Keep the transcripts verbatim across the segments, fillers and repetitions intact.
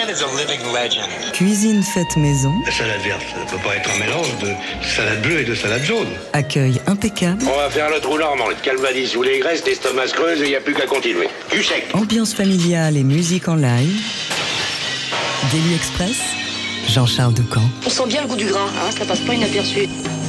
is a living legend. Cuisine faite maison. La salade verte, ça ne peut pas être un mélange de salade bleue et de salade jaune. Accueil impeccable. On va faire le trou normand, le calvadis ou les graisses, l'estomac se creuse et il n'y a plus qu'à continuer. Du sec. Ambiance familiale et musique en live. Daily Express, Jean-Charles Doucan. On sent bien le goût du gras, hein, ça passe pas inaperçu.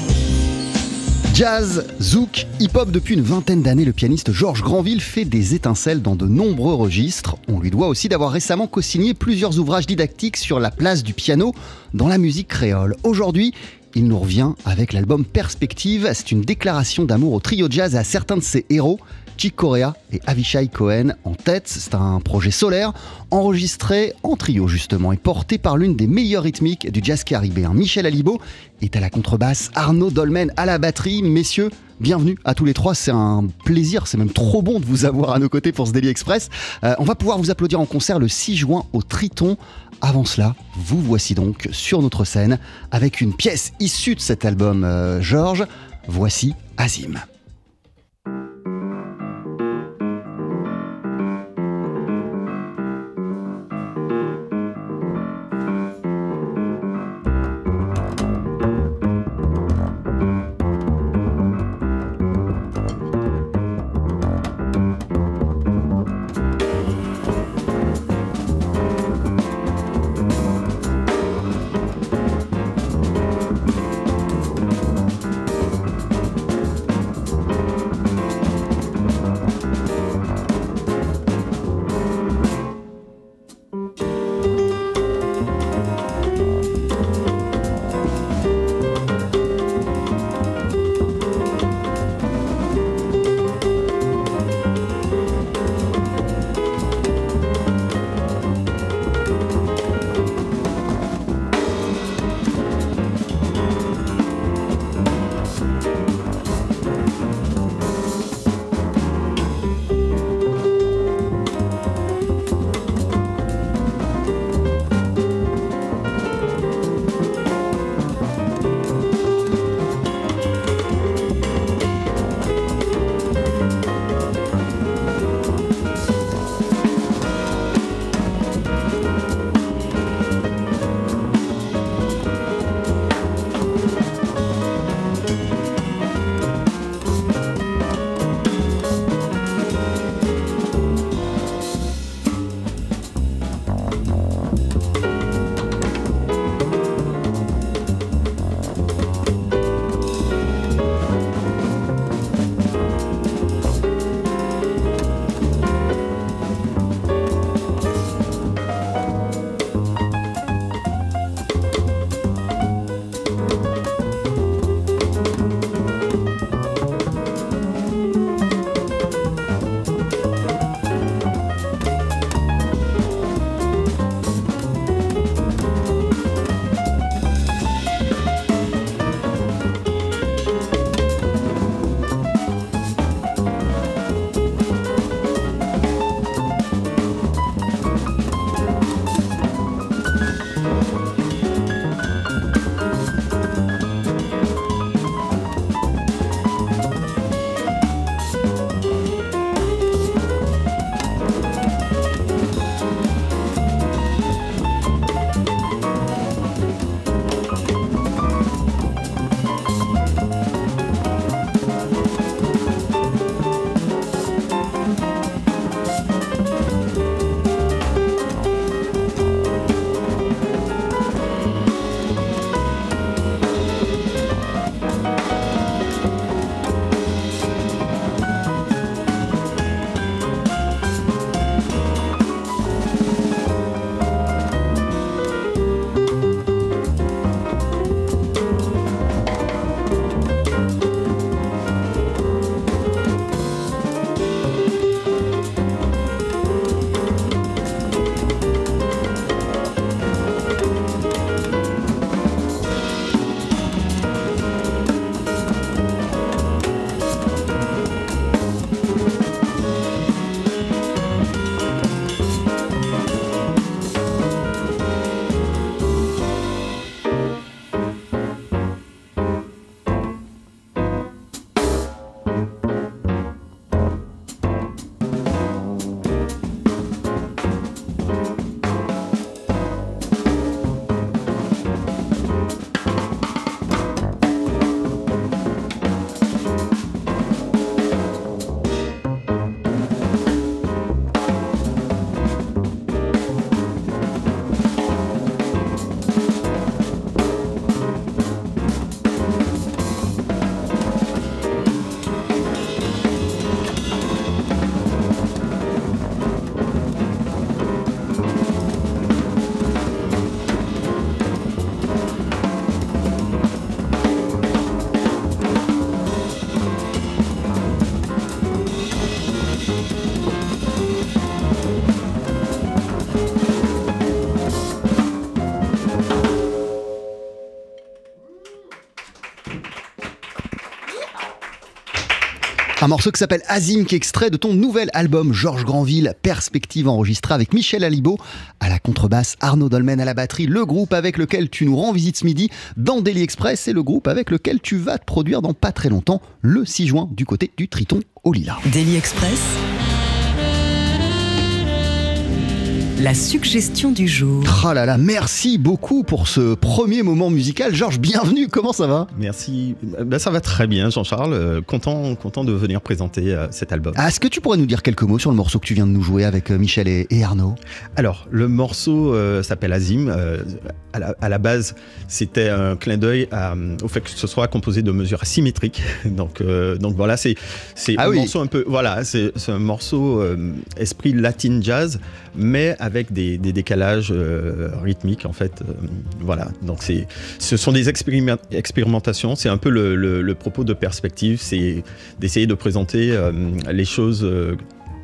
Jazz, zouk, hip-hop, depuis une vingtaine d'années, le pianiste Georges Granville fait des étincelles dans de nombreux registres. On lui doit aussi d'avoir récemment co-signé plusieurs ouvrages didactiques sur la place du piano dans la musique créole. Aujourd'hui, il nous revient avec l'album Perspective. C'est une déclaration d'amour au trio jazz et à certains de ses héros, Chick Corea et Avishai Cohen en tête. C'est un projet solaire, enregistré en trio justement et porté par l'une des meilleures rythmiques du jazz caribéen. Michel Alibo est à la contrebasse, Arnaud Dolmen à la batterie. Messieurs, bienvenue à tous les trois, c'est un plaisir, c'est même trop bon de vous avoir à nos côtés pour ce Daily Express. Euh, on va pouvoir vous applaudir en concert le six juin au Triton. Avant cela, vous voici donc sur notre scène avec une pièce issue de cet album euh, Georges. Voici Azim. Un morceau qui s'appelle Azim, qui est extrait de ton nouvel album Georges Granville, Perspective, enregistré avec Michel Alibaud à la contrebasse, Arnaud Dolmen à la batterie, le groupe avec lequel tu nous rends visite ce midi dans Daily Express et le groupe avec lequel tu vas te produire dans pas très longtemps, le six juin, du côté du Triton au Lilas. Daily Express, la suggestion du jour. Ah là là, merci beaucoup pour ce premier moment musical. Georges, bienvenue, comment ça va ? Merci, ben, ça va très bien Jean-Charles, euh, content, content de venir présenter euh, cet album. Ah, est-ce que tu pourrais nous dire quelques mots sur le morceau que tu viens de nous jouer avec euh, Michel et, et Arnaud ? Alors, le morceau euh, s'appelle Azim. Euh, à, la, à la base, c'était un clin d'œil à, au fait que ce soit composé de mesures asymétriques. Donc, euh, donc voilà, c'est, c'est ah un oui. morceau un peu, voilà, c'est, c'est un morceau euh, esprit latin jazz, mais avec des, des décalages euh, rythmiques en fait. Euh, voilà, donc c'est, ce sont des expériment- expérimentations. C'est un peu le, le, le propos de Perspective, c'est d'essayer de présenter euh, les choses. Euh,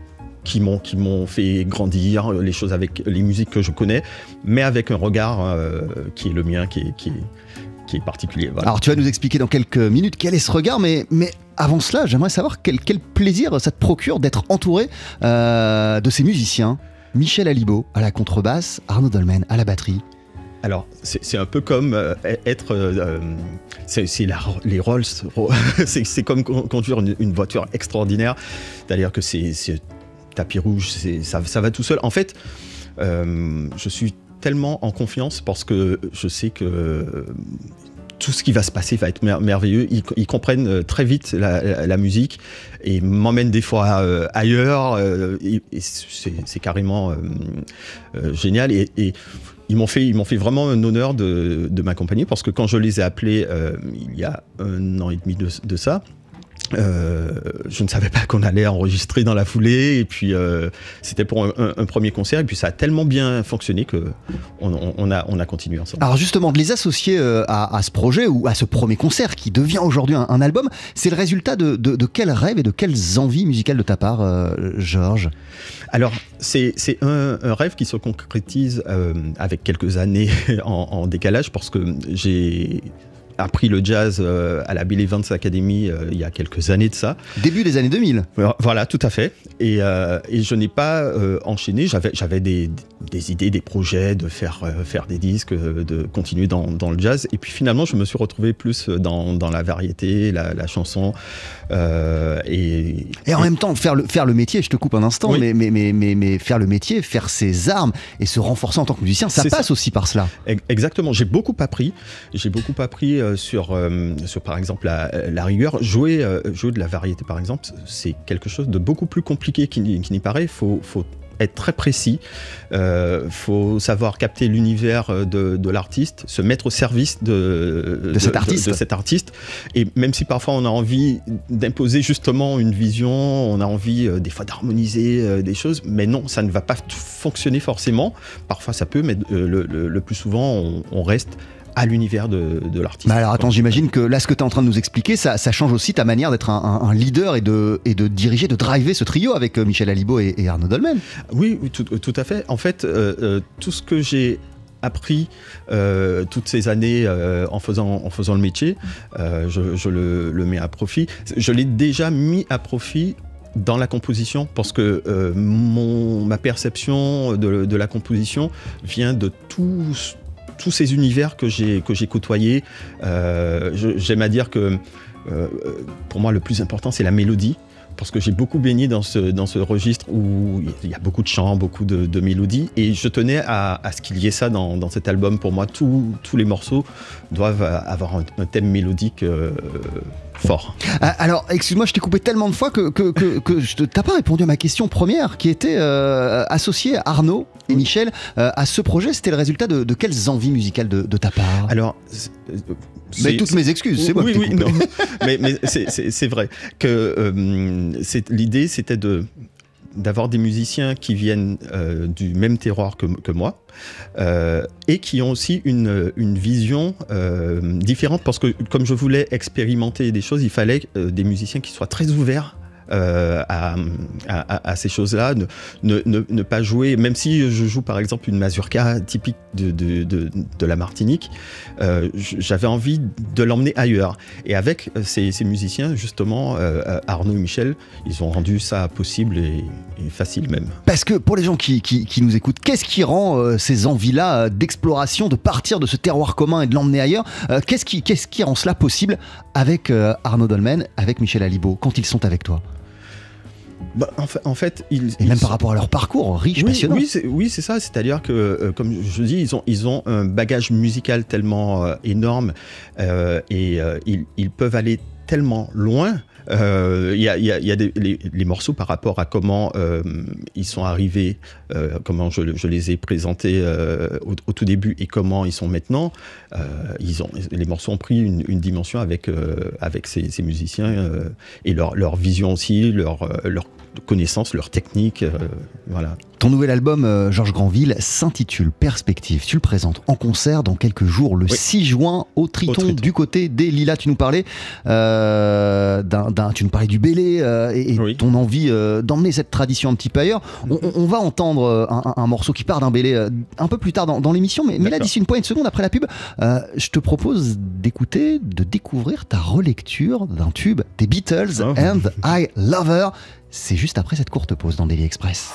qui m'ont, qui m'ont fait grandir, les choses avec les musiques que je connais, mais avec un regard euh, qui est le mien, qui est, qui est, qui est particulier. Voilà. Alors tu vas nous expliquer dans quelques minutes quel est ce regard, mais, mais avant cela, j'aimerais savoir quel, quel plaisir ça te procure d'être entouré euh, de ces musiciens. Michel Alibaud à la contrebasse, Arnaud Dolmen à la batterie. Alors, c'est, c'est un peu comme euh, être... Euh, c'est c'est la, les Rolls, c'est, c'est comme conduire une, une voiture extraordinaire, c'est-à-dire que c'est... c'est tapis rouge, c'est, ça, ça va tout seul. En fait, euh, je suis tellement en confiance parce que je sais que euh, tout ce qui va se passer va être mer- merveilleux. Ils, ils comprennent très vite la, la, la musique et m'emmènent des fois euh, ailleurs. Euh, et, et c'est, c'est carrément euh, euh, génial. Et, et ils m'ont fait, ils m'ont fait vraiment un honneur de, de m'accompagner parce que quand je les ai appelés euh, il y a un an et demi de, de ça, Euh, je ne savais pas qu'on allait enregistrer dans la foulée et puis euh, c'était pour un, un, un premier concert et puis ça a tellement bien fonctionné que on, on, a, on a continué ensemble. Alors justement, de les associer euh, à, à ce projet ou à ce premier concert qui devient aujourd'hui un, un album, c'est le résultat de, de, de quels rêves et de quelles envies musicales de ta part, euh, Georges ? Alors c'est, c'est un, un rêve qui se concrétise euh, avec quelques années en, en décalage parce que j'ai appris le jazz euh, à la Bill Evans Academy euh, il y a quelques années de ça. Début des années deux mille. Voilà, tout à fait. Et, euh, et je n'ai pas euh, enchaîné. J'avais, j'avais des, des idées, des projets de faire, euh, faire des disques, euh, de continuer dans, dans le jazz. Et puis finalement, je me suis retrouvé plus dans, dans la variété, la, la chanson. Euh, et, et en et... même temps, faire le, faire le métier, je te coupe un instant, oui. mais, mais, mais, mais, mais faire le métier, faire ses armes et se renforcer en tant que musicien, ça C'est passe ça. aussi par cela. Exactement. J'ai beaucoup appris. J'ai beaucoup appris euh, Sur, euh, sur par exemple la, la rigueur. Jouer, euh, jouer de la variété par exemple, c'est quelque chose de beaucoup plus compliqué qu'il n'y, qu'il n'y paraît. Il faut, faut être très précis, il euh, faut savoir capter l'univers de, de l'artiste, se mettre au service de, de, de, cet artiste. de, de cet artiste. Et même si parfois on a envie d'imposer justement une vision, on a envie euh, des fois d'harmoniser euh, des choses, mais non, ça ne va pas fonctionner forcément. Parfois ça peut, mais euh, le, le, le plus souvent on, on reste à l'univers de, de l'artiste. Bah alors attends, j'imagine que là, ce que tu es en train de nous expliquer, ça, ça change aussi ta manière d'être un, un, un leader et de, et de diriger, de driver ce trio avec Michel Alibaud et, et Arnaud Dolmen. Oui, oui tout, tout à fait. En fait, euh, euh, tout ce que j'ai appris euh, toutes ces années euh, en, faisant, en faisant le métier, euh, je, je le, le mets à profit. Je l'ai déjà mis à profit dans la composition, parce que euh, mon, ma perception de, de la composition vient de tous tous ces univers que j'ai, que j'ai côtoyés. Euh, je, j'aime à dire que euh, pour moi le plus important c'est la mélodie, parce que j'ai beaucoup baigné dans ce, dans ce registre où il y a beaucoup de chants, beaucoup de, de mélodies, et je tenais à, à ce qu'il y ait ça dans, dans cet album. Pour moi, tout, tous les morceaux doivent avoir un, un thème mélodique euh, fort. Alors, excuse-moi, je t'ai coupé tellement de fois que, que, que, que je t'as pas répondu à ma question première, qui était euh, associée à Arnaud et Michel euh, à ce projet. C'était le résultat de, de quelles envies musicales de, de ta part ? Alors, mais toutes mes excuses, c'est moi oui, qui t'ai oui, coupé. Non. mais, mais c'est, c'est, c'est vrai que euh, c'est, l'idée, c'était de d'avoir des musiciens qui viennent euh, du même terroir que, que moi euh, et qui ont aussi une, une vision euh, différente, parce que comme je voulais expérimenter des choses, il fallait euh, des musiciens qui soient très ouverts euh, à, à, à ces choses-là, ne, ne, ne, ne pas jouer, même si je joue par exemple une mazurka typique de, de, de, de la Martinique, euh, j'avais envie de l'emmener ailleurs. Et avec ces, ces musiciens, justement, euh, Arnaud et Michel, ils ont rendu ça possible et, et facile même. Parce que pour les gens qui, qui, qui nous écoutent, qu'est-ce qui rend euh, ces envies-là euh, d'exploration, de partir de ce terroir commun et de l'emmener ailleurs, euh, qu'est-ce, qui, qu'est-ce qui rend cela possible avec euh, Arnaud Dolmen, avec Michel Alibaud, quand ils sont avec toi? Bah, en fait, en fait ils, et même ils par sont... rapport à leur parcours riche, oui, passionnant. Oui, c'est, oui, c'est ça. C'est-à-dire que, euh, comme je dis, ils ont, ils ont un bagage musical tellement euh, énorme euh, et euh, ils, ils peuvent aller tellement loin. Il euh, y a, y a, y a des, les, les morceaux par rapport à comment euh, ils sont arrivés, euh, comment je, je les ai présentés euh, au, au tout début et comment ils sont maintenant. Euh, ils ont, les morceaux ont pris une, une dimension avec, euh, avec ces, ces musiciens euh, et leur, leur vision aussi, leur, leur connaissance, leur technique. Euh, voilà. Ton nouvel album, euh, Georges Granville, s'intitule Perspective. Tu le présentes en concert dans quelques jours, le oui. six juin, au Triton, au Triton, du côté des Lilas. Tu nous parlais, euh, d'un, d'un, tu nous parlais du Bélé euh, et, et oui. ton envie euh, d'emmener cette tradition un petit peu ailleurs. On, on va entendre un, un, un morceau qui part d'un Bélé euh, un peu plus tard dans, dans l'émission, mais, mais là, d'ici une poignée de secondes après la pub, euh, je te propose d'écouter, de découvrir ta relecture d'un tube des Beatles, oh. And I Love Her. C'est juste après cette courte pause dans Daily Express.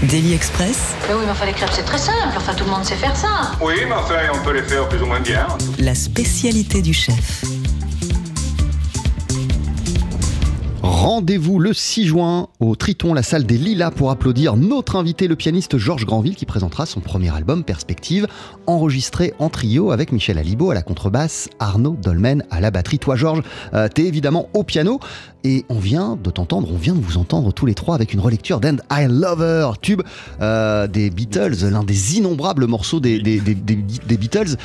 Daily Express, Mais oui, mais enfin, les crêpes, c'est très simple. Enfin, tout le monde sait faire ça. Oui, mais enfin, on peut les faire plus ou moins bien. la spécialité du chef. Rendez-vous le six juin au Triton, la salle des Lilas, pour applaudir notre invité, le pianiste Georges Granville, qui présentera son premier album Perspective, enregistré en trio avec Michel Alibaud à la contrebasse, Arnaud Dolmen à la batterie. Toi, Georges, euh, t'es évidemment au piano et on vient de t'entendre, on vient de vous entendre tous les trois avec une relecture d'And I Love Her, tube euh, des Beatles, l'un des innombrables morceaux des, des, des, des, des Beatles.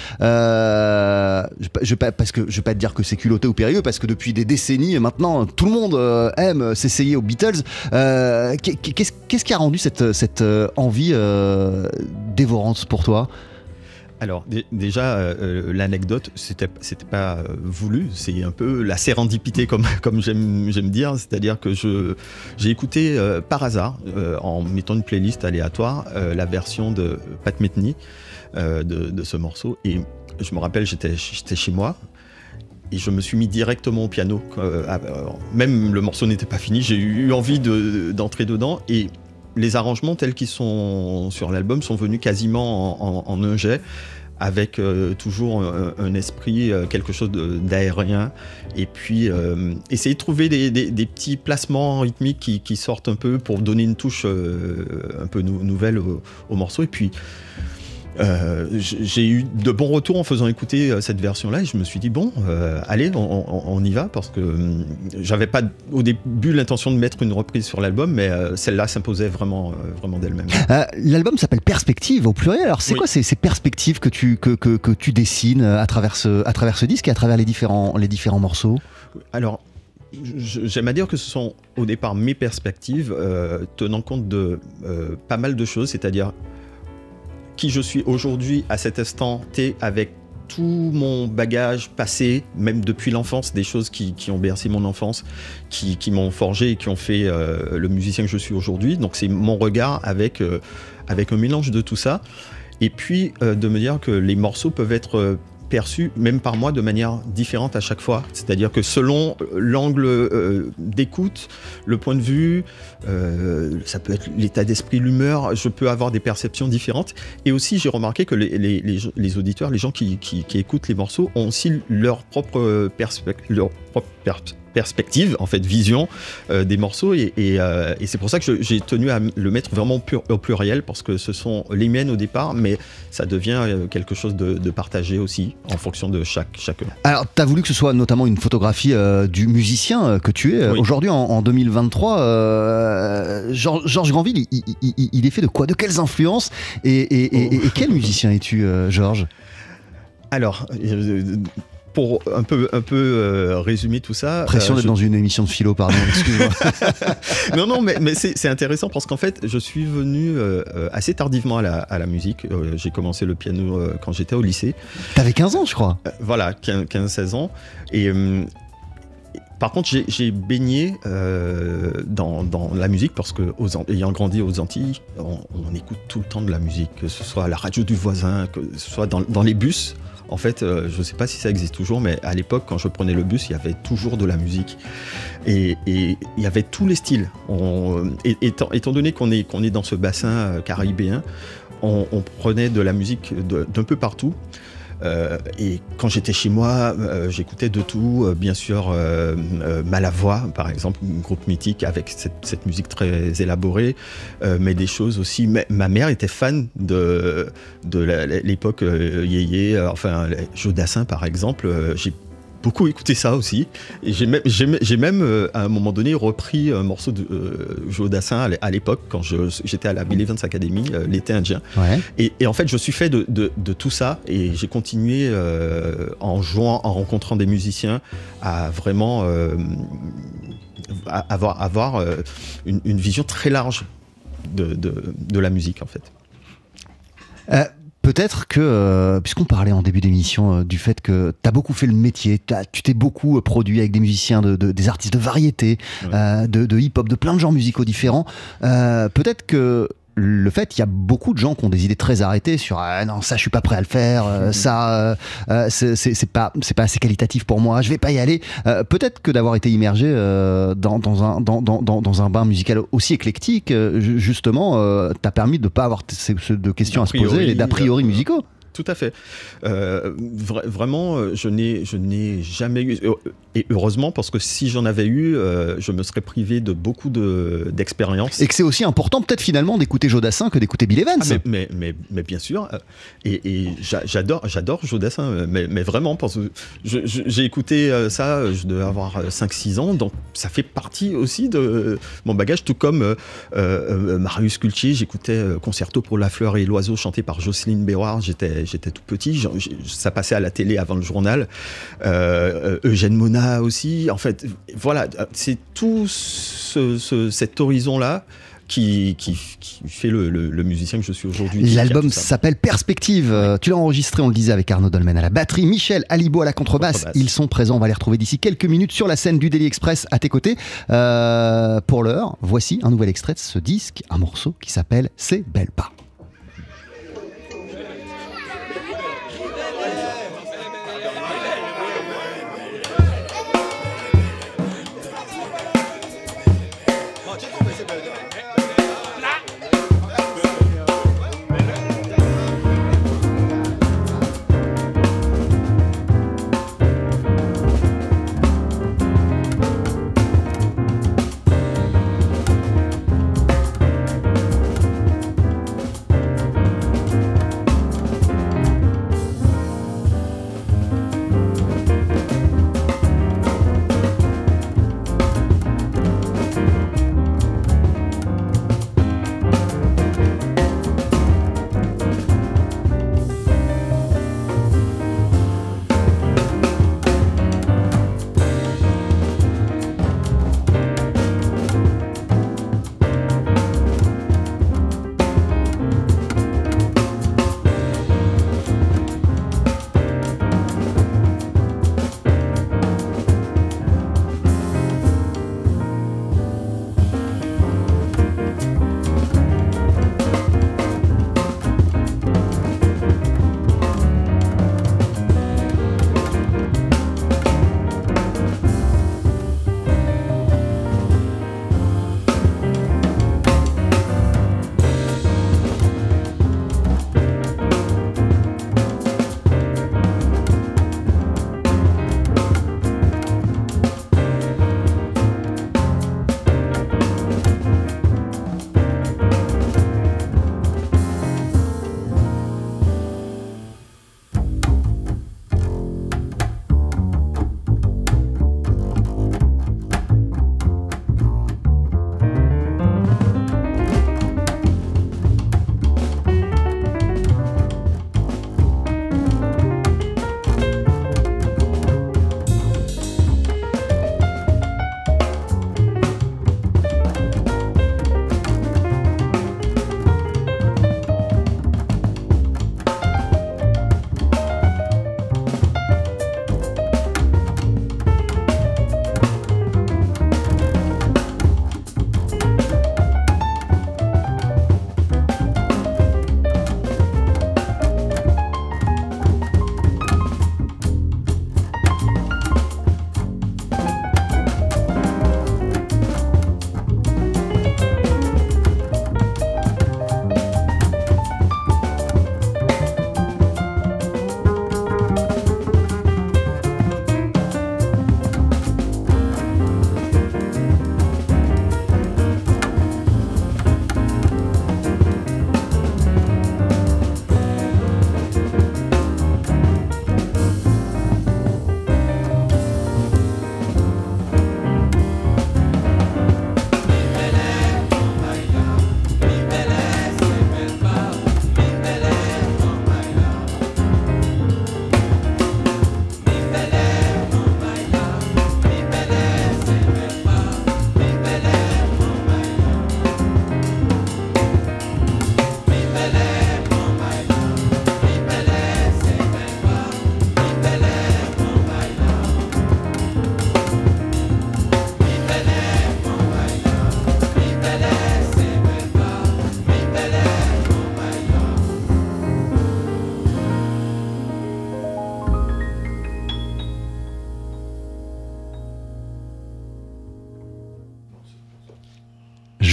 Euh, je, je, parce que je vais pas te dire que c'est culotté ou périlleux, parce que depuis des décennies maintenant, tout le monde euh, aime s'essayer aux Beatles. Euh, qu'est-ce, qu'est-ce qui a rendu cette, cette envie euh, dévorante pour toi ? Alors d- déjà, euh, l'anecdote, c'était, c'était pas euh, voulu, c'est un peu la sérendipité comme, comme j'aime, j'aime dire, c'est-à-dire que je, j'ai écouté euh, par hasard, euh, en mettant une playlist aléatoire, euh, la version de Pat Metheny euh, de, de ce morceau, et je me rappelle, j'étais, j'étais chez moi, et je me suis mis directement au piano, euh, même le morceau n'était pas fini, j'ai eu envie de, d'entrer dedans, et les arrangements tels qu'ils sont sur l'album sont venus quasiment en, en, en un jet, avec euh, toujours un, un esprit, euh, quelque chose de, d'aérien, et puis euh, essayer de trouver des, des, des petits placements rythmiques qui, qui sortent un peu pour donner une touche euh, un peu nou- nouvelle au, au morceau, et puis Euh, j'ai eu de bons retours en faisant écouter euh, cette version-là, et je me suis dit bon, euh, allez, on, on, on y va, parce que euh, j'avais pas au début l'intention de mettre une reprise sur l'album, mais euh, celle-là s'imposait vraiment, euh, vraiment d'elle-même. Euh, l'album s'appelle Perspective au pluriel. Alors c'est oui. quoi ces, ces perspectives que tu que, que, que tu dessines à travers ce à travers ce disque et à travers les différents les différents morceaux? Alors, j'aime à dire que ce sont au départ mes perspectives, euh, tenant compte de euh, pas mal de choses, c'est-à-dire qui je suis aujourd'hui à cet instant T, avec tout mon bagage passé, même depuis l'enfance, des choses qui, qui ont bercé mon enfance, qui, qui m'ont forgé et qui ont fait euh, le musicien que je suis aujourd'hui. Donc c'est mon regard avec, euh, avec un mélange de tout ça. Et puis euh, de me dire que les morceaux peuvent être euh, perçus, même par moi, de manière différente à chaque fois. C'est-à-dire que selon l'angle euh, d'écoute, le point de vue, euh, ça peut être l'état d'esprit, l'humeur, je peux avoir des perceptions différentes. Et aussi, j'ai remarqué que les, les, les, les auditeurs, les gens qui, qui, qui écoutent les morceaux, ont aussi leur propre, perspe- leur propre pers- perspective, en fait, vision euh, des morceaux. Et, et, euh, et c'est pour ça que je, j'ai tenu à le mettre vraiment pur, au pluriel, parce que ce sont les miennes au départ, mais ça devient quelque chose de, de partagé aussi, en fonction de chaque, chacun. Alors, tu as voulu que ce soit notamment une photographie euh, du musicien euh, que tu es. Oui. Aujourd'hui, en, en deux mille vingt-trois, euh, Georges, Georges Granville, il, il, il, il est fait de quoi? De quelles influences? Et, et, et, oh. et, et quel musicien es-tu, euh, Georges? Alors... Euh, Pour un peu, un peu euh, résumer tout ça... Pression euh, d'être je... dans une émission de philo, pardon, excuse-moi. non, non, mais, mais c'est, c'est intéressant parce qu'en fait, je suis venu euh, assez tardivement à la, à la musique. Euh, j'ai commencé le piano euh, quand j'étais au lycée. T'avais quinze ans, je crois. Euh, voilà, quinze seize ans. Et... Euh, Par contre, j'ai, j'ai baigné euh, dans, dans la musique parce que, aux, ayant grandi aux Antilles, on, on écoute tout le temps de la musique, que ce soit à la radio du voisin, que ce soit dans, dans les bus. En fait, euh, je ne sais pas si ça existe toujours, mais à l'époque, quand je prenais le bus, il y avait toujours de la musique. Et, et il y avait tous les styles. On, et, étant, étant donné qu'on est, qu'on est dans ce bassin caribéen, on, on prenait de la musique de, d'un peu partout. Euh, et quand j'étais chez moi, euh, j'écoutais de tout, euh, bien sûr euh, euh, Malavoie par exemple, un groupe mythique avec cette, cette musique très élaborée, euh, mais des choses aussi, ma, ma mère était fan de, de la, l'époque euh, yéyé, euh, enfin Jodassin par exemple, euh, j'ai beaucoup écouté ça aussi, et j'ai même, j'ai, j'ai même euh, à un moment donné repris un morceau de euh, Jodassin à l'époque quand je, j'étais à la Bill Evans Academy, euh, l'été indien. Ouais. Et, et en fait je suis fait de, de, de tout ça, et j'ai continué euh, en jouant, en rencontrant des musiciens, à vraiment euh, à avoir, avoir euh, une, une vision très large de, de, de la musique en fait. Euh... Peut-être que, euh, puisqu'on parlait en début d'émission euh, du fait que tu as beaucoup fait le métier, tu t'es beaucoup euh, produit avec des musiciens, de, de, des artistes de variété, ouais. euh, de, de hip-hop, de plein de genres musicaux différents, euh, peut-être que le fait qu'il y a beaucoup de gens qui ont des idées très arrêtées sur ah non ça je suis pas prêt à le faire, euh, ça euh, c'est, c'est, c'est pas c'est pas assez qualitatif pour moi, je vais pas y aller. Euh, peut-être que d'avoir été immergé euh, dans, dans un dans, dans, dans, dans un bain musical aussi éclectique, euh, justement, euh, t'a permis de pas avoir t- de questions à se poser et d'a priori musicaux. Tout à fait. Euh, vra- vraiment, je n'ai, je n'ai jamais eu, et heureusement, parce que si j'en avais eu, euh, je me serais privé de beaucoup de, d'expériences. Et que c'est aussi important, peut-être finalement, d'écouter Jodassin que d'écouter Bill Evans. Ah, mais, mais, mais, mais bien sûr. Et, et j'adore, j'adore Jodassin, mais, mais vraiment, parce que je, je, j'ai écouté ça, je devais avoir cinq six ans, donc ça fait partie aussi de mon bagage, tout comme euh, euh, Marius Kultché, j'écoutais Concerto pour la fleur et l'oiseau chanté par Jocelyne Béroir, j'étais J'étais tout petit, ça passait à la télé avant le journal. Euh, Eugène Mona aussi. En fait, voilà, c'est tout ce, ce, cet horizon-là qui, qui, qui fait le, le, le musicien que je suis aujourd'hui. L'album s'appelle Perspective. Ouais. Tu l'as enregistré, on le disait, avec Arnaud Dolmen à la batterie, Michel Alibo à la contrebasse. contrebasse. Ils sont présents, on va les retrouver d'ici quelques minutes sur la scène du Daily Express à tes côtés. Euh, pour l'heure, voici un nouvel extrait de ce disque, un morceau qui s'appelle C'est Belle Pas.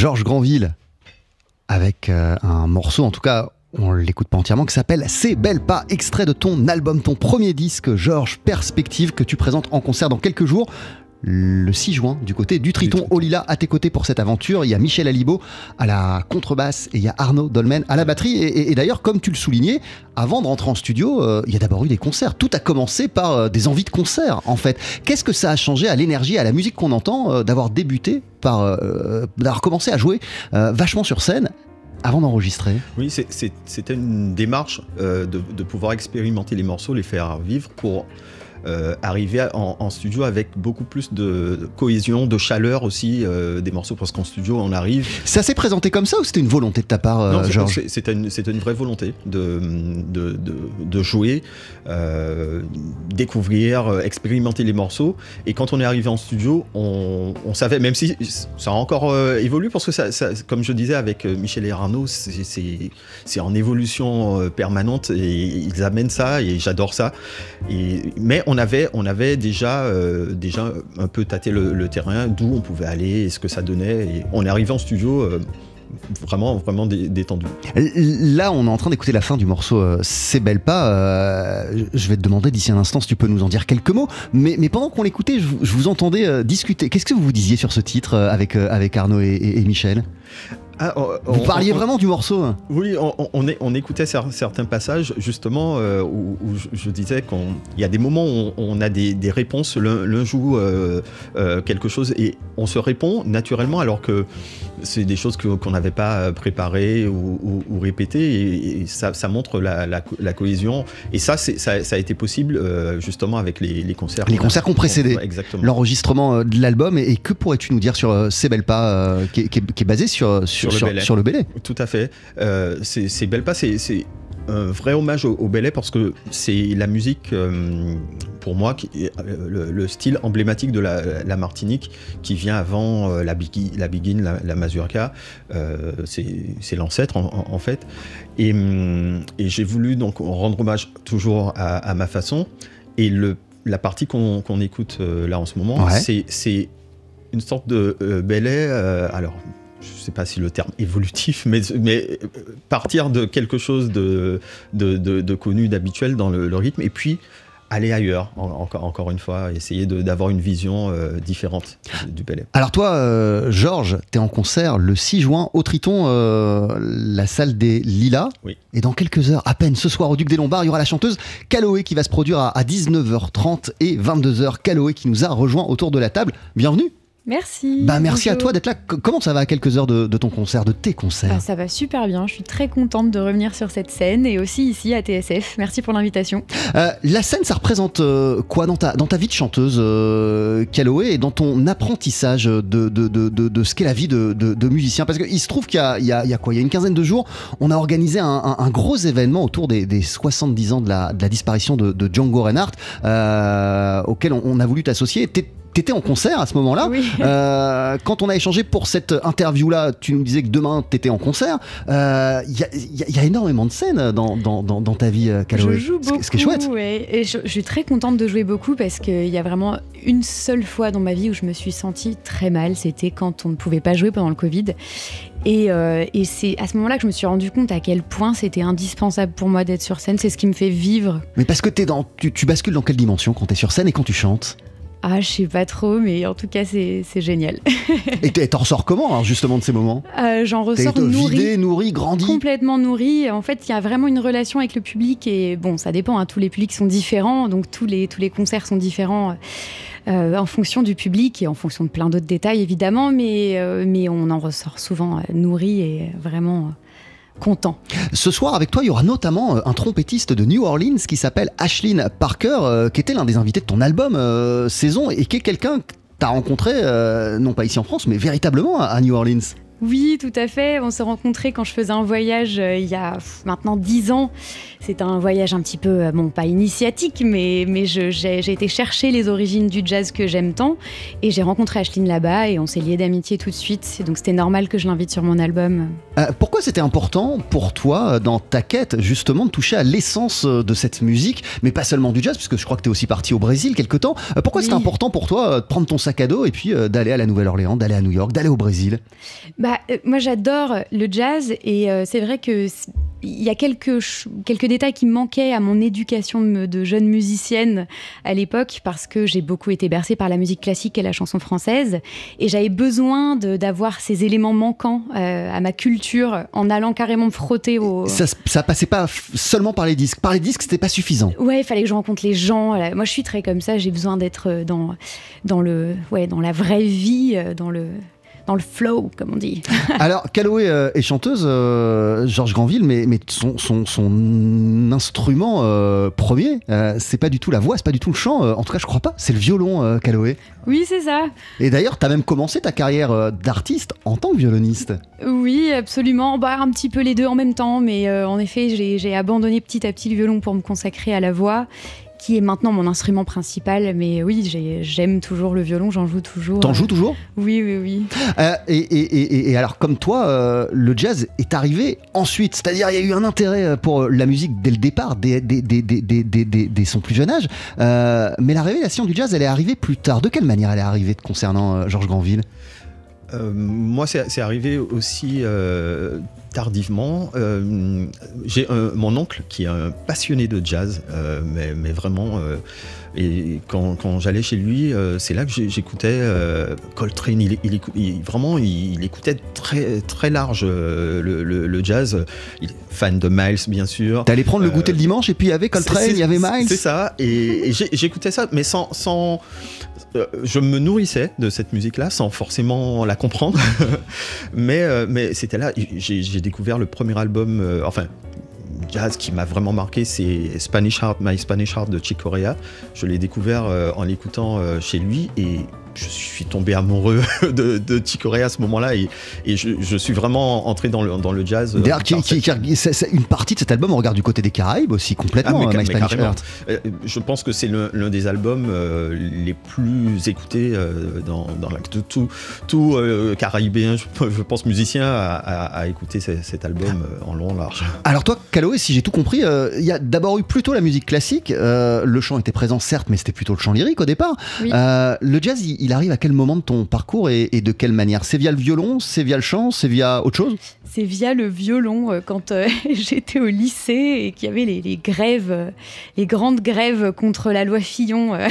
Georges Granville avec euh, un morceau, en tout cas on l'écoute pas entièrement, qui s'appelle C'est Belle Pas, extrait de ton album, ton premier disque Georges Perspective, que tu présentes en concert dans quelques jours. Le six juin, du côté du Triton au Lila, à tes côtés pour cette aventure. Il y a Michel Alibaud à la contrebasse et il y a Arnaud Dolmen à la batterie. Et, et, et d'ailleurs, comme tu le soulignais, avant de rentrer en studio, euh, il y a d'abord eu des concerts. Tout a commencé par euh, des envies de concert, en fait. Qu'est-ce que ça a changé à l'énergie, à la musique qu'on entend, euh, d'avoir débuté par, euh, d'avoir commencé à jouer euh, vachement sur scène avant d'enregistrer? Oui, c'est, c'est, c'était une démarche euh, de, de pouvoir expérimenter les morceaux, les faire vivre pour Euh, arriver en, en studio avec beaucoup plus de, de cohésion, de chaleur aussi euh, des morceaux, parce qu'en studio on arrive. Ça s'est présenté comme ça ou c'était une volonté de ta part, euh, Non, c'est, Georges? c'est, c'était, une, c'était une vraie volonté de, de, de, de jouer, euh, découvrir, euh, expérimenter les morceaux. Et quand on est arrivé en studio, on, on savait, même si ça a encore euh, évolué, parce que ça, ça, comme je disais avec Michel et Arnaud, c'est, c'est, c'est en évolution euh, permanente et ils amènent ça et j'adore ça. Et, mais on avait, on avait déjà, euh, déjà un peu tâté le, le terrain, d'où on pouvait aller et ce que ça donnait. Et on est arrivé en studio euh, vraiment, vraiment dé, détendu. Là, on est en train d'écouter la fin du morceau euh, C'est Belle Pas. Euh, je vais te demander d'ici un instant si tu peux nous en dire quelques mots. Mais, mais pendant qu'on l'écoutait, je, je vous entendais euh, discuter. Qu'est-ce que vous vous disiez sur ce titre euh, avec, euh, avec Arnaud et, et, et Michel? Ah, on, Vous parliez on, vraiment du morceau, hein. Oui, on, on, est, on écoutait certains passages justement euh, où, où je, je disais qu'il y a des moments où on, on a des, des réponses, l'un, l'un joue euh, euh, quelque chose et on se répond naturellement alors que c'est des choses que, qu'on n'avait pas préparées ou, ou, ou répétées et, et ça, ça montre la, la, la cohésion et ça, c'est, ça, ça a été possible euh, justement avec les, les concerts. Les concerts qui ont précédé exactement. L'enregistrement de l'album et, et que pourrais-tu nous dire sur euh, C'est Belle Pas euh, qui, est, qui, est, qui est basé sur, sur Sur, sur, sur le Belley. Tout à fait. Euh, c'est, c'est Belle Pas, c'est, c'est un vrai hommage au, au Belley parce que c'est la musique, euh, pour moi, qui est, euh, le, le style emblématique de la, la Martinique qui vient avant euh, la, bigui, la biguine, la, la mazurka. Euh, c'est, c'est l'ancêtre en, en, en fait. Et, et j'ai voulu donc rendre hommage toujours à, à ma façon. Et le, la partie qu'on, qu'on écoute euh, là en ce moment, ouais. c'est, c'est une sorte de euh, Belley. Euh, alors. Je ne sais pas si le terme évolutif, mais, mais partir de quelque chose de, de, de, de connu, d'habituel dans le, le rythme, et puis aller ailleurs, en, encore, encore une fois, essayer de, d'avoir une vision euh, différente du Belley. Alors toi, euh, Georges, tu es en concert le six juin au Triton, euh, la salle des Lilas. Oui. Et dans quelques heures, à peine, ce soir au Duc des Lombards, il y aura la chanteuse Caloé qui va se produire à, à dix-neuf heures trente et vingt-deux heures. Caloé qui nous a rejoint autour de la table. Bienvenue. Merci. Bah merci bonjour. À toi d'être là. Comment ça va à quelques heures de, de ton concert, de tes concerts? Bah, ça va super bien. Je suis très contente de revenir sur cette scène et aussi ici à T S F. Merci pour l'invitation. Euh, la scène, ça représente euh, quoi dans ta, dans ta vie de chanteuse, euh, Caloé, et dans ton apprentissage de, de, de, de, de ce qu'est la vie de, de, de musicien? Parce qu'il se trouve qu'il y a, il y a, il y a quoi? Il y a une quinzaine de jours, on a organisé un, un, un gros événement autour des, des soixante-dix ans de la, de la disparition de, de Django Reinhardt, euh, auquel on, on a voulu t'associer. T'es, T'étais en concert à ce moment-là. Oui. Euh, quand on a échangé pour cette interview-là, tu nous disais que demain t'étais en concert. Il euh, y, y, y a énormément de scènes dans, dans, dans, dans ta vie, Caloé. Je joue beaucoup. Ce qui est chouette. Ouais. Et je, je suis très contente de jouer beaucoup parce qu'il y a vraiment une seule fois dans ma vie où je me suis sentie très mal. C'était quand on ne pouvait pas jouer pendant le Covid. Et, euh, et c'est à ce moment-là que je me suis rendu compte à quel point c'était indispensable pour moi d'être sur scène. C'est ce qui me fait vivre. Mais parce que t'es dans, tu, tu bascules dans quelle dimension quand t'es sur scène et quand tu chantes? Ah, je sais pas trop, mais en tout cas, c'est, c'est génial. Et t'en ressors comment, alors, justement, de ces moments? euh, J'en ressors T'es nourrie. Vidé, nourrie, grandi. Complètement nourrie. En fait, il y a vraiment une relation avec le public. Et bon, ça dépend, hein, tous les publics sont différents. Donc, tous les, tous les concerts sont différents euh, en fonction du public et en fonction de plein d'autres détails, évidemment. Mais, euh, mais on en ressort souvent euh, nourrie et vraiment... Euh, content. Ce soir, avec toi, il y aura notamment un trompettiste de New Orleans qui s'appelle Ashlyn Parker, euh, qui était l'un des invités de ton album euh, Saison et qui est quelqu'un que tu as rencontré, euh, non pas ici en France, mais véritablement à New Orleans. Oui, tout à fait. On s'est rencontrés quand je faisais un voyage euh, il y a maintenant dix ans. C'était un voyage un petit peu, bon, pas initiatique, mais, mais je, j'ai, j'ai été chercher les origines du jazz que j'aime tant. Et j'ai rencontré Ashlyn là-bas et on s'est liés d'amitié tout de suite. Donc c'était normal que je l'invite sur mon album. Euh, pourquoi c'était important pour toi, dans ta quête, justement, de toucher à l'essence de cette musique, mais pas seulement du jazz, puisque je crois que tu es aussi parti au Brésil quelque temps. Euh, pourquoi oui. C'était important pour toi de prendre ton sac à dos et puis euh, d'aller à la Nouvelle-Orléans, d'aller à New York, d'aller au Brésil? Bah, Bah, euh, moi j'adore le jazz et euh, c'est vrai que il y a quelques, quelques détails qui me manquaient à mon éducation de, de jeune musicienne à l'époque parce que j'ai beaucoup été bercée par la musique classique et la chanson française et j'avais besoin de, d'avoir ces éléments manquants euh, à ma culture en allant carrément me frotter au... Ça, ça passait pas seulement par les disques. Par les disques, c'était pas suffisant. Ouais, il fallait que je rencontre les gens. Moi, je suis très comme ça. J'ai besoin d'être dans, dans, le, ouais, dans la vraie vie, dans le... dans le flow, comme on dit. Alors, Calloway euh, est chanteuse, euh, Georges Granville, mais, mais son, son, son instrument euh, premier, euh, c'est pas du tout la voix, c'est pas du tout le chant, euh, en tout cas, je crois pas, c'est le violon, euh, Calloway. Oui, c'est ça. Et d'ailleurs, t'as même commencé ta carrière euh, d'artiste en tant que violoniste. Oui, absolument. Bah, un petit peu les deux en même temps, mais euh, en effet, j'ai, j'ai abandonné petit à petit le violon pour me consacrer à la voix, qui est maintenant mon instrument principal, mais oui, j'ai, j'aime toujours le violon, j'en joue toujours. T'en joues toujours ? Oui, oui, oui. Euh, et, et, et, et alors, comme toi, euh, le jazz est arrivé ensuite, c'est-à-dire il y a eu un intérêt pour la musique dès le départ, dès, dès, dès, dès, dès, dès, dès, dès son plus jeune âge, euh, mais la révélation du jazz, elle est arrivée plus tard. De quelle manière elle est arrivée concernant euh, Georges Granville ? Euh, moi, c'est, c'est arrivé aussi euh, tardivement. Euh, j'ai un, mon oncle qui est un passionné de jazz, euh, mais, mais vraiment. Euh, et quand, quand j'allais chez lui, euh, c'est là que j'écoutais euh, Coltrane. Il, il, il, vraiment, il, il écoutait très, très large euh, le, le, le jazz. Il est fan de Miles, bien sûr. T'allais prendre le goûter euh, le dimanche, et puis il y avait Coltrane, il y avait Miles. C'est ça. Et, et j'écoutais ça, mais sans. sans je me nourrissais de cette musique-là sans forcément la comprendre, mais, euh, mais c'était là, j'ai, j'ai découvert le premier album, euh, enfin, jazz qui m'a vraiment marqué, c'est Spanish Heart, My Spanish Heart de Chick Corea. Je l'ai découvert euh, en l'écoutant euh, chez lui et je suis tombé amoureux de, de Chick Corea à ce moment-là et, et je, je suis vraiment entré dans le, dans le jazz. D'ailleurs, qui, qui, qui, c'est, c'est une partie de cet album, on regarde du côté des Caraïbes aussi, complètement, ah, mais, My Spanish Heart. Euh, je pense que c'est le, l'un des albums euh, les plus écoutés euh, dans, dans la, tout, tout, tout euh, caribéen, je, je pense musicien, à, à, à écouter c- cet album euh, en long, large. Alors toi, Calloway, si j'ai tout compris, il euh, y a d'abord eu plutôt la musique classique, euh, le chant était présent certes, mais c'était plutôt le chant lyrique au départ. Oui. Euh, le jazz, il, il arrive à quel moment de ton parcours et, et de quelle manière ? C'est via le violon, c'est via le chant, c'est via autre chose ? C'est via le violon, euh, quand euh, j'étais au lycée et qu'il y avait les, les grèves, euh, les grandes grèves contre la loi Fillon euh,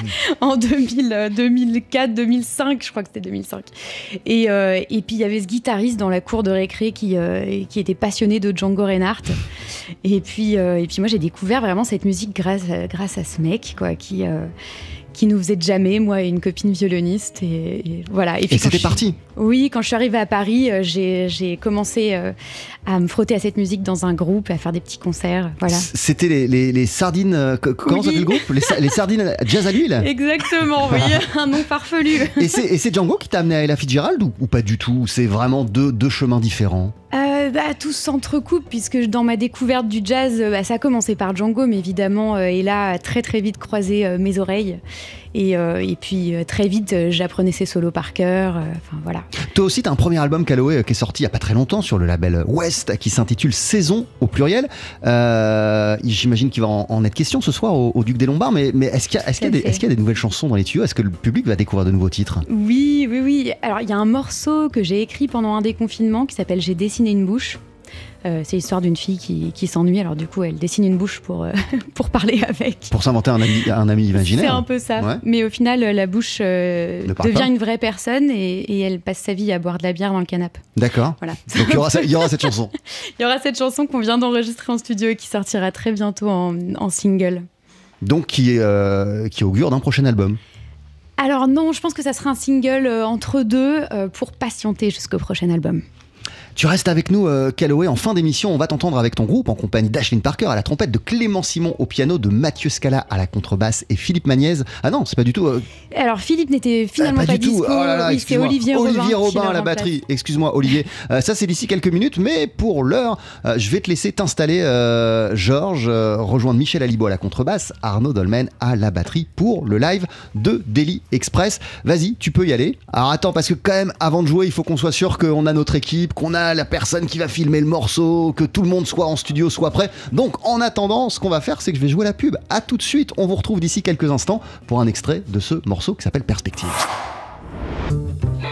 en deux mille, deux mille quatre, deux mille cinq, je crois que c'était deux mille cinq. Et, euh, et puis il y avait ce guitariste dans la cour de récré qui, euh, qui était passionné de Django Reinhardt. Et puis, euh, et puis moi j'ai découvert vraiment cette musique grâce, grâce à ce mec, quoi, qui... Euh, qui nous faisait de jamais, moi et une copine violoniste. Et, et voilà. Et, puis et c'était je... parti ? Oui, quand je suis arrivée à Paris, euh, j'ai, j'ai commencé euh, à me frotter à cette musique dans un groupe, à faire des petits concerts. Voilà. C'était les, les, les sardines, euh, comment oui. s'appelle le groupe ? les, les sardines jazz à l'huile ? Exactement, oui, un nom farfelu. Et c'est, et c'est Django qui t'a amené à Ella Fitzgerald ou, ou pas du tout ? C'est vraiment deux, deux chemins différents ? Euh, bah, tout s'entrecoupe puisque dans ma découverte du jazz, bah, ça a commencé par Django, mais évidemment, euh, Ella a très très vite croisé euh, mes oreilles. Et, euh, et puis euh, très vite, euh, j'apprenais ses solos par cœur. Enfin euh, voilà. Toi aussi, t'as un premier album Calloway euh, qui est sorti il y a pas très longtemps sur le label West, qui s'intitule Saison au pluriel. Euh, j'imagine qu'il va en, en être question ce soir au, au Duc des Lombards. Mais, mais est-ce qu'il y a, est-ce qu'il y a des, est-ce qu'il y a des nouvelles chansons dans les tuyaux ? Est-ce que le public va découvrir de nouveaux titres ? Oui, oui, oui. Alors il y a un morceau que j'ai écrit pendant un déconfinement qui s'appelle J'ai dessiné une bouche. Euh, c'est l'histoire d'une fille qui, qui s'ennuie, alors du coup elle dessine une bouche pour, euh, pour parler avec. Pour s'inventer un ami, un ami imaginaire. C'est un peu ça, ouais. Mais au final la bouche euh, devient pas. Une vraie personne et, et elle passe sa vie à boire de la bière dans le canapé. D'accord, voilà. Donc il y aura, il y aura cette chanson. Il y aura cette chanson qu'on vient d'enregistrer en studio et qui sortira très bientôt en, en single. Donc qui, euh, qui augure d'un prochain album. Alors non, je pense que ça sera un single euh, entre deux euh, pour patienter jusqu'au prochain album. Tu restes avec nous, euh, Calloway. En fin d'émission, on va t'entendre avec ton groupe en compagnie d'Aisling Parker à la trompette, de Clément Simon au piano, de Mathieu Scala à la contrebasse et Philippe Magnez. Ah non, c'est pas du tout. Euh... Alors Philippe n'était finalement ah, pas, pas du dispo. tout. Oh là là, oui, c'est Olivier Robin. Olivier Robin à la batterie. Excuse-moi, Olivier. Euh, ça, c'est d'ici quelques minutes, mais pour l'heure, euh, je vais te laisser t'installer, euh, Georges, euh, rejoindre Michel Alibo à la contrebasse, Arnaud Dolmen à la batterie pour le live de Daily Express. Vas-y, tu peux y aller. Alors attends, parce que quand même, avant de jouer, il faut qu'on soit sûr qu'on a notre équipe, qu'on a la personne qui va filmer le morceau, que tout le monde soit en studio, soit prêt. Donc en attendant, ce qu'on va faire, c'est que je vais jouer la pub. À tout de suite, on vous retrouve d'ici quelques instants pour un extrait de ce morceau qui s'appelle Perspective.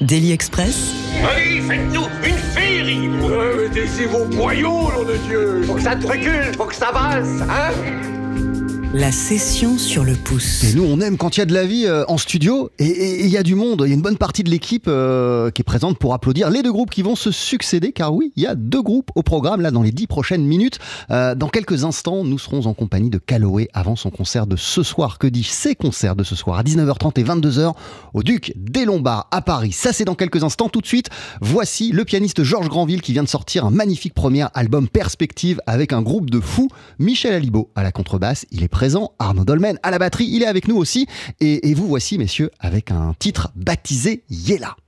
Daily Express. Allez, faites-nous une féerie. Ouais, mettez vos boyaux, nom de Dieu. Faut que ça te recule, faut que ça avance, hein. La session sur le pouce. Et nous, on aime quand il y a de la vie euh, en studio et il y a du monde. Il y a une bonne partie de l'équipe euh, qui est présente pour applaudir les deux groupes qui vont se succéder. Car oui, il y a deux groupes au programme là dans les dix prochaines minutes. Euh, dans quelques instants, nous serons en compagnie de Calloway avant son concert de ce soir. Que dis-je ? Ses concerts de ce soir à dix-neuf heures trente et vingt-deux heures au Duc des Lombards à Paris. Ça, c'est dans quelques instants. Tout de suite, voici le pianiste Georges Granville qui vient de sortir un magnifique premier album Perspective avec un groupe de fous. Michel Alibaud à la contrebasse. Il est présent. Arnaud Dolmen à la batterie, il est avec nous aussi. Et, et vous voici, messieurs, avec un titre baptisé Yella.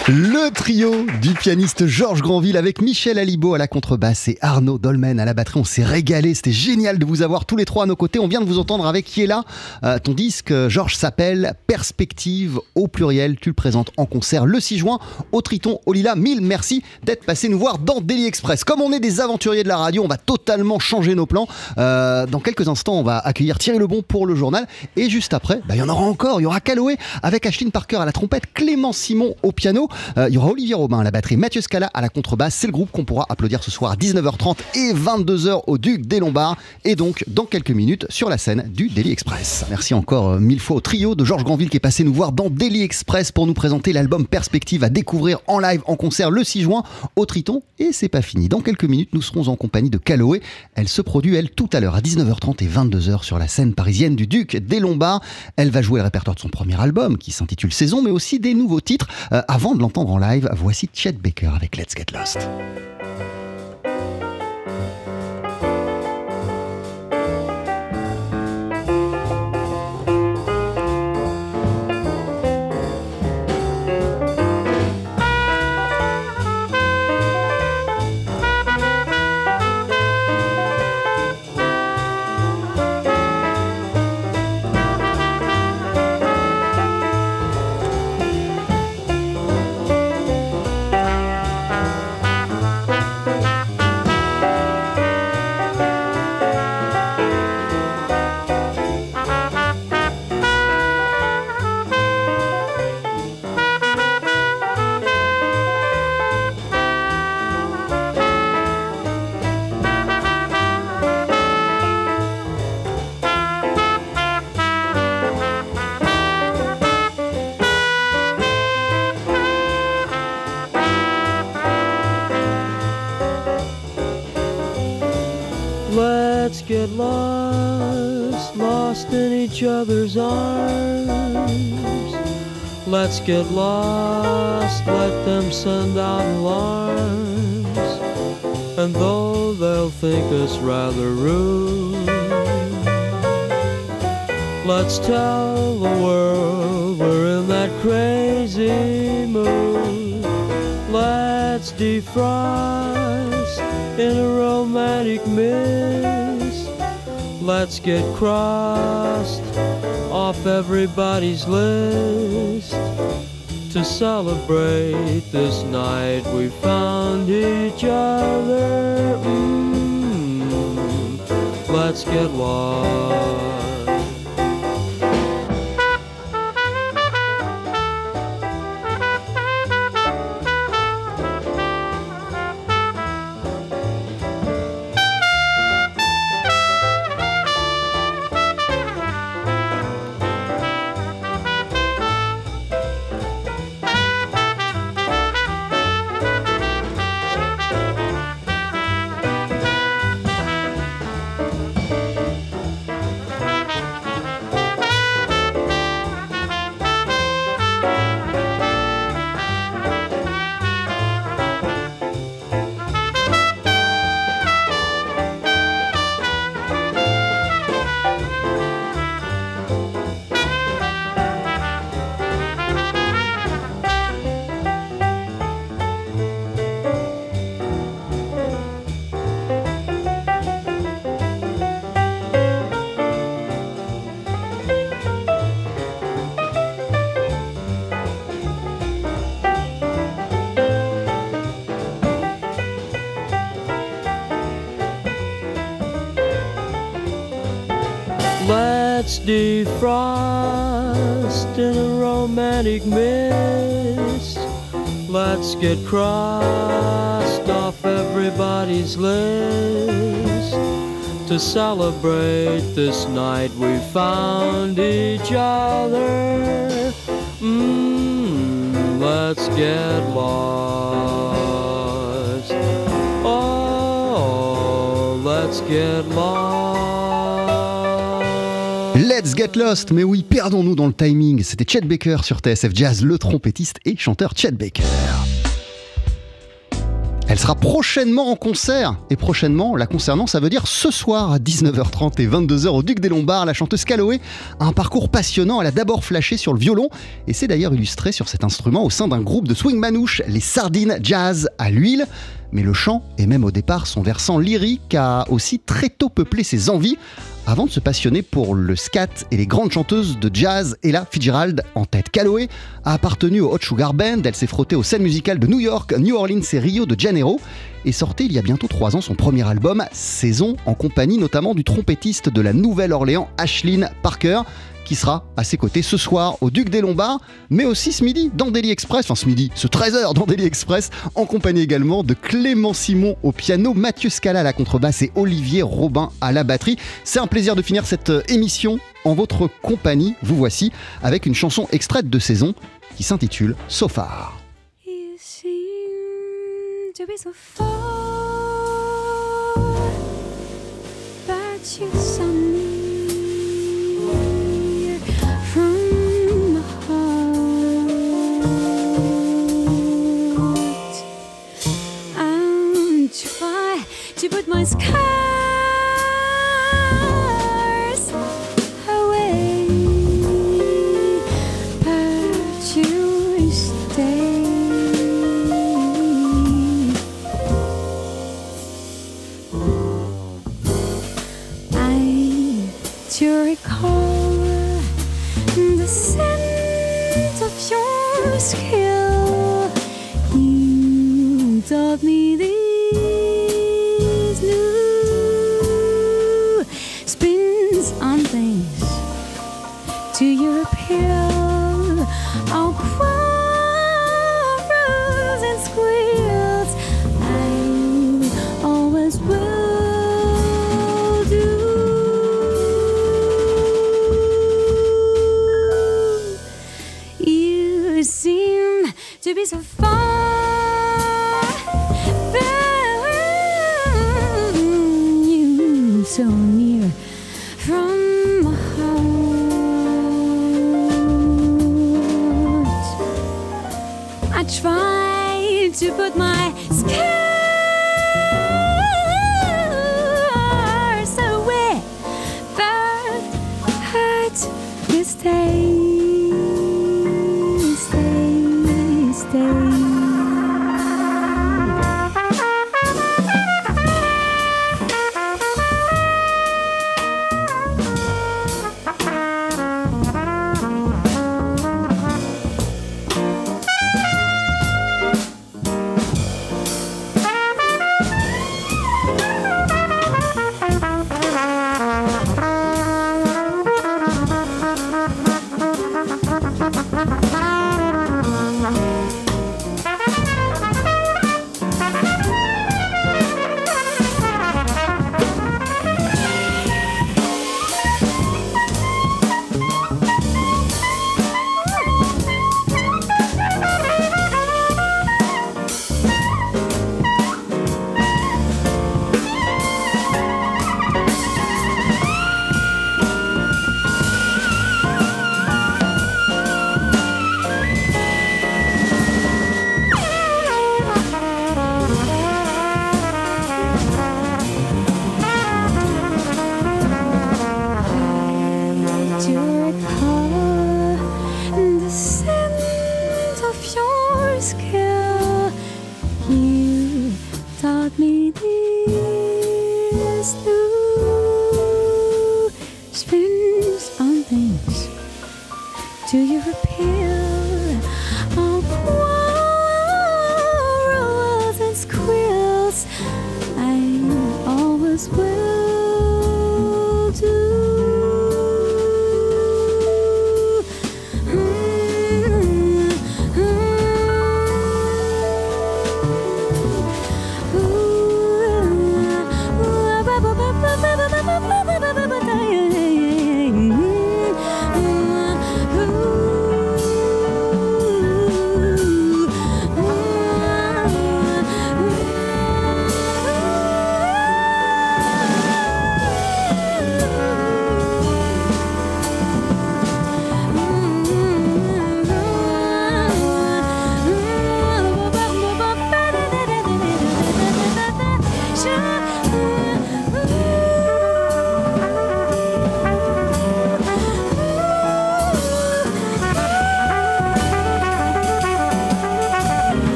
Le trio du pianiste Georges Granville avec Michel Alibaud à la contrebasse et Arnaud Dolmen à la batterie. On s'est régalé, c'était génial de vous avoir tous les trois à nos côtés. On vient de vous entendre avec Yella. Euh, ton disque, Georges, s'appelle Perspective au pluriel. Tu le présentes en concert le six juin au Triton au Lilas. Mille merci d'être passé nous voir dans Daily Express. Comme on est des aventuriers de la radio, on va totalement changer nos plans. Euh, dans quelques instants, on va accueillir Thierry Lebon pour le journal. Et juste après, bah, il y en aura encore. Il y aura Calloway avec Ashlyn Parker à la trompette, Clément Simon au piano. Euh, il y aura Olivier Robin à la batterie, Mathieu Scala à la contrebasse. C'est le groupe qu'on pourra applaudir ce soir à dix-neuf heures trente et vingt-deux heures au Duc des Lombards. Et donc, dans quelques minutes, sur la scène du Daily Express. Merci encore euh, mille fois au trio de Georges Granville qui est passé nous voir dans Daily Express pour nous présenter l'album Perspective à découvrir en live, en concert le six juin au Triton. Et c'est pas fini. Dans quelques minutes, nous serons en compagnie de Calloway. Elle se produit, elle, tout à l'heure à dix-neuf heures trente et vingt-deux heures sur la scène parisienne du Duc des Lombards. Elle va jouer le répertoire de son premier album qui s'intitule Saison, mais aussi des nouveaux titres. Euh, avant de l'entendre en live, voici Chet Baker avec Let's Get Lost. Let's get lost, lost in each other's arms. Let's get lost, let them send out alarms. And though they'll think us rather rude, let's tell the world we're in that crazy mood. Let's defrost in a romantic mist. Let's get crossed off everybody's list. To celebrate this night we found each other. Mm, let's get lost. Let's defrost in a romantic mist. Let's get crossed off everybody's list. To celebrate this night we found each other. Mm, let's get lost. Oh, let's get lost. Let's Get Lost, mais oui, perdons-nous dans le timing. C'était Chet Baker sur T S F Jazz, le trompettiste et chanteur Chet Baker. Elle sera prochainement en concert. Et prochainement, la concernant, ça veut dire ce soir à dix-neuf heures trente et vingt-deux heures au Duc des Lombards. La chanteuse Calloway a un parcours passionnant. Elle a d'abord flashé sur le violon et s'est d'ailleurs illustrée sur cet instrument au sein d'un groupe de swing manouche, les Sardines Jazz à l'huile. Mais le chant, et même au départ son versant lyrique, a aussi très tôt peuplé ses envies avant de se passionner pour le scat et les grandes chanteuses de jazz. Ella Fitzgerald en tête. Calloway a appartenu au Hot Sugar Band, elle s'est frottée aux scènes musicales de New York, New Orleans et Rio de Janeiro et sortait il y a bientôt trois ans son premier album, Saison, en compagnie notamment du trompettiste de la Nouvelle-Orléans, Ashlyn Parker, qui sera à ses côtés ce soir au Duc des Lombards, mais aussi ce midi dans Daily Express, enfin ce midi, ce treize heures dans Daily Express, en compagnie également de Clément Simon au piano, Mathieu Scala à la contrebasse et Olivier Robin à la batterie. C'est un plaisir de finir cette émission en votre compagnie. Vous voici avec une chanson extraite de Saison qui s'intitule So Far. You seem to be so far, but you saw me from my heart. I'm trying to put my scars away, but you stay. I to recall the scent of your skill. You taught me these new spins on things to your appeal. Our quarrels and squeals, I always will do. You seem to be so far, but you so near from my heart. I try to put my scars away, but hurt you stay.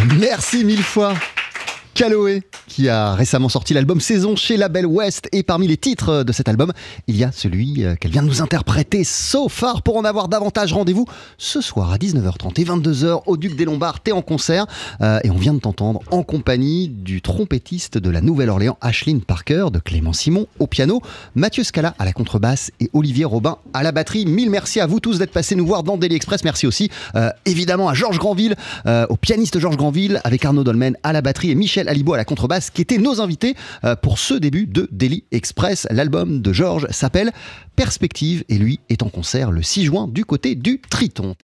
Merci mille fois. Calloway, qui a récemment sorti l'album Saison chez Label West, et parmi les titres de cet album, il y a celui qu'elle vient de nous interpréter, So Far. Pour en avoir davantage, rendez-vous ce soir à dix-neuf heures trente et vingt-deux heures au Duc des Lombards, t'es en concert, euh, et on vient de t'entendre en compagnie du trompettiste de la Nouvelle-Orléans, Ashlyn Parker, de Clément Simon au piano, Mathieu Scala à la contrebasse et Olivier Robin à la batterie. Mille merci à vous tous d'être passés nous voir dans Daily Express. Merci aussi euh, évidemment à Georges Granville, euh, au pianiste Georges Granville, avec Arnaud Dolmen à la batterie et Michel Alibo à la contrebasse, qui étaient nos invités pour ce début de Daily Express. L'album de Georges s'appelle Perspective et lui est en concert le six juin du côté du Triton.